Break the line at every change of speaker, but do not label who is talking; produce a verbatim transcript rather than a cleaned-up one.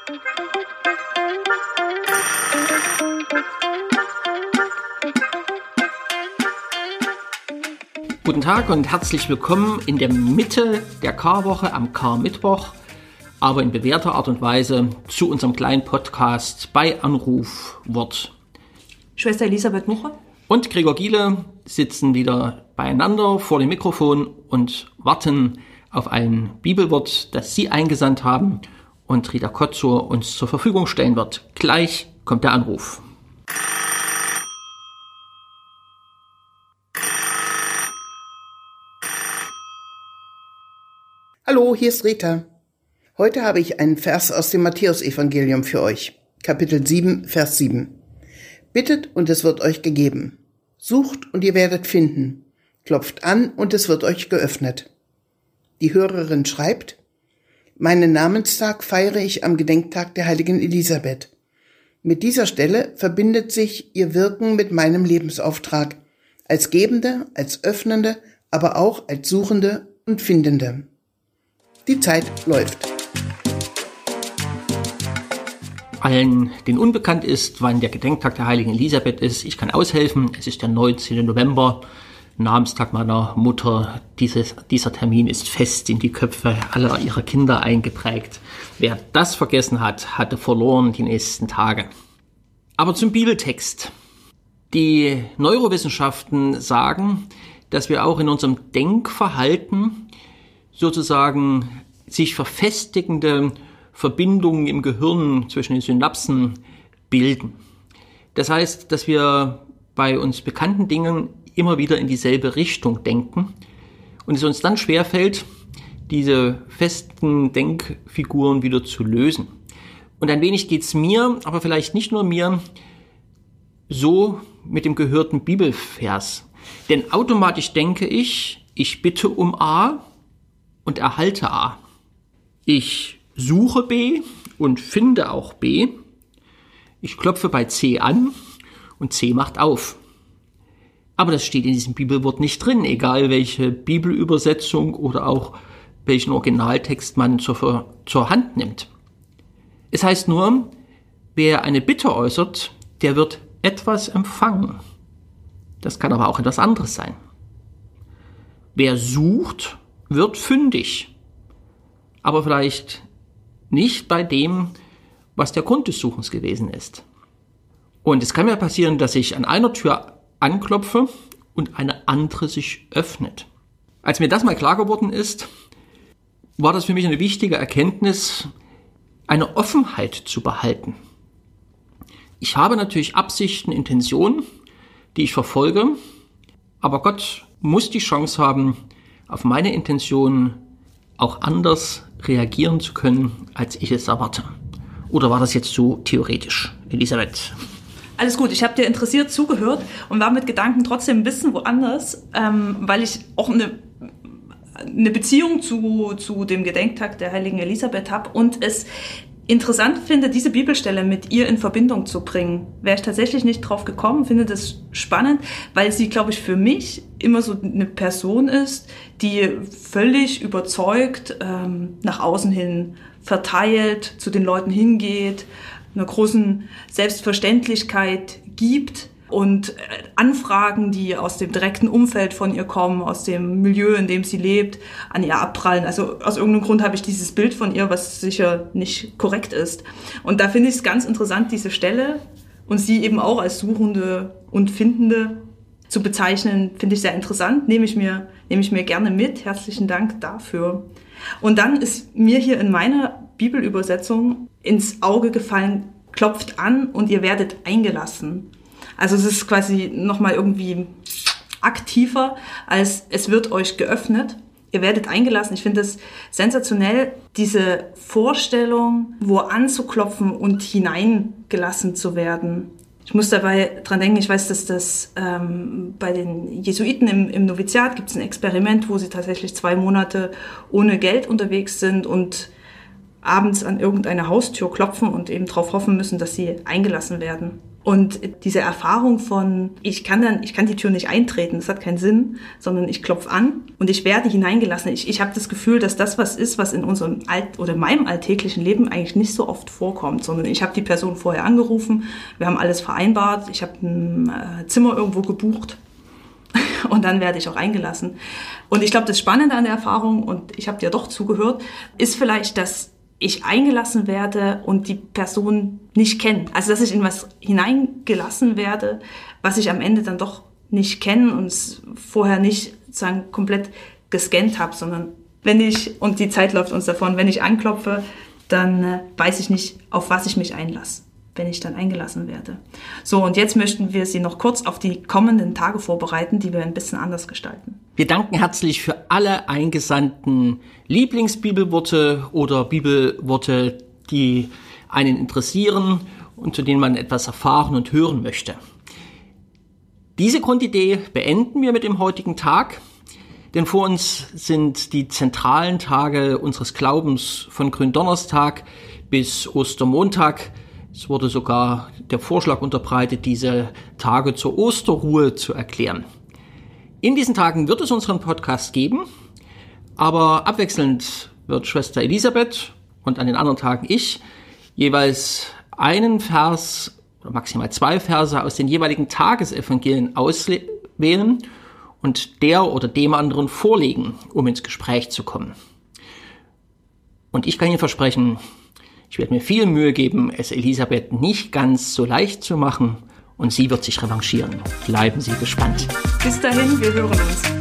Guten Tag und herzlich willkommen in der Mitte der Karwoche am Karmittwoch, aber in bewährter Art und Weise zu unserem kleinen Podcast bei Anrufwort.
Schwester Elisabeth Muche
und Gregor Giele sitzen wieder beieinander vor dem Mikrofon und warten auf ein Bibelwort, das Sie eingesandt haben und Rita Kotzur uns zur Verfügung stellen wird. Gleich kommt der Anruf.
Hallo, hier ist Rita. Heute habe ich einen Vers aus dem Matthäusevangelium für euch. Kapitel sieben, Vers sieben. Bittet und es wird euch gegeben. Sucht und ihr werdet finden. Klopft an und es wird euch geöffnet. Die Hörerin schreibt: Meinen Namenstag feiere ich am Gedenktag der heiligen Elisabeth. Mit dieser Stelle verbindet sich ihr Wirken mit meinem Lebensauftrag. Als Gebende, als Öffnende, aber auch als Suchende und Findende. Die Zeit läuft.
Allen, denen unbekannt ist, wann der Gedenktag der heiligen Elisabeth ist, ich kann aushelfen. Es ist der neunzehnten November, Namenstag meiner Mutter. Dieses, dieser Termin ist fest in die Köpfe aller ihrer Kinder eingeprägt. Wer das vergessen hat, hatte verloren die nächsten Tage. Aber zum Bibeltext. Die Neurowissenschaften sagen, dass wir auch in unserem Denkverhalten sozusagen sich verfestigende Verbindungen im Gehirn zwischen den Synapsen bilden. Das heißt, dass wir bei uns bekannten Dingen immer wieder in dieselbe Richtung denken und es uns dann schwerfällt, diese festen Denkfiguren wieder zu lösen. Und ein wenig geht's mir, aber vielleicht nicht nur mir, so mit dem gehörten Bibelvers. Denn automatisch denke ich, ich bitte um A und erhalte A. Ich suche B und finde auch B. Ich klopfe bei C an und C macht auf. Aber das steht in diesem Bibelwort nicht drin, egal welche Bibelübersetzung oder auch welchen Originaltext man zur, zur Hand nimmt. Es heißt nur, wer eine Bitte äußert, der wird etwas empfangen. Das kann aber auch etwas anderes sein. Wer sucht, wird fündig, aber vielleicht nicht bei dem, was der Grund des Suchens gewesen ist. Und es kann mir passieren, dass ich an einer Tür anklopfe und eine andere sich öffnet. Als mir das mal klar geworden ist, war das für mich eine wichtige Erkenntnis, eine Offenheit zu behalten. Ich habe natürlich Absichten, Intentionen, die ich verfolge, aber Gott muss die Chance haben, auf meine Intentionen auch anders reagieren zu können, als ich es erwarte. Oder war das jetzt zu theoretisch, Elisabeth?
Alles gut, ich habe dir interessiert zugehört und war mit Gedanken trotzdem ein bisschen woanders, ähm, weil ich auch eine, eine Beziehung zu, zu dem Gedenktag der heiligen Elisabeth habe und es interessant finde, diese Bibelstelle mit ihr in Verbindung zu bringen. Wäre ich tatsächlich nicht drauf gekommen, finde das spannend, weil sie, glaube ich, für mich immer so eine Person ist, die völlig überzeugt ähm, nach außen hin verteilt, zu den Leuten hingeht, einer großen Selbstverständlichkeit gibt und Anfragen, die aus dem direkten Umfeld von ihr kommen, aus dem Milieu, in dem sie lebt, an ihr abprallen. Also aus irgendeinem Grund habe ich dieses Bild von ihr, was sicher nicht korrekt ist. Und da finde ich es ganz interessant, diese Stelle und sie eben auch als Suchende und Findende zu bezeichnen, finde ich sehr interessant. Nehme ich mir, nehme ich mir gerne mit. Herzlichen Dank dafür. Und dann ist mir hier in meiner Bibelübersetzung ins Auge gefallen, klopft an und ihr werdet eingelassen. Also es ist quasi nochmal irgendwie aktiver, als es wird euch geöffnet. Ihr werdet eingelassen. Ich finde es sensationell, diese Vorstellung, wo anzuklopfen und hineingelassen zu werden. Ich muss dabei dran denken, ich weiß, dass das ähm, bei den Jesuiten im, im Noviziat gibt es ein Experiment, wo sie tatsächlich zwei Monate ohne Geld unterwegs sind und abends an irgendeine Haustür klopfen und eben darauf hoffen müssen, dass sie eingelassen werden. Und diese Erfahrung von, ich kann dann, ich kann die Tür nicht eintreten, das hat keinen Sinn, sondern ich klopfe an und ich werde hineingelassen. Ich, ich habe das Gefühl, dass das was ist, was in unserem Alt- oder meinem alltäglichen Leben eigentlich nicht so oft vorkommt, sondern ich habe die Person vorher angerufen, wir haben alles vereinbart, ich habe ein äh, Zimmer irgendwo gebucht und dann werde ich auch eingelassen. Und ich glaube, das Spannende an der Erfahrung, und ich habe dir doch zugehört, ist vielleicht, dass ich eingelassen werde und die Person nicht kenne. Also, dass ich in was hineingelassen werde, was ich am Ende dann doch nicht kenne und es vorher nicht sozusagen komplett gescannt habe, sondern wenn ich, und die Zeit läuft uns davon, wenn ich anklopfe, dann äh, weiß ich nicht, auf was ich mich einlasse, wenn ich dann eingelassen werde. So, und jetzt möchten wir Sie noch kurz auf die kommenden Tage vorbereiten, die wir ein bisschen anders gestalten.
Wir danken herzlich für alle eingesandten Lieblingsbibelworte oder Bibelworte, die einen interessieren und zu denen man etwas erfahren und hören möchte. Diese Grundidee beenden wir mit dem heutigen Tag, denn vor uns sind die zentralen Tage unseres Glaubens von Gründonnerstag bis Ostermontag. Es wurde sogar der Vorschlag unterbreitet, diese Tage zur Osterruhe zu erklären. In diesen Tagen wird es unseren Podcast geben, aber abwechselnd wird Schwester Elisabeth und an den anderen Tagen ich jeweils einen Vers oder maximal zwei Verse aus den jeweiligen Tagesevangelien auswählen und der oder dem anderen vorlegen, um ins Gespräch zu kommen. Und ich kann Ihnen versprechen, ich werde mir viel Mühe geben, es Elisabeth nicht ganz so leicht zu machen, und sie wird sich revanchieren. Bleiben Sie gespannt.
Bis dahin, wir hören uns.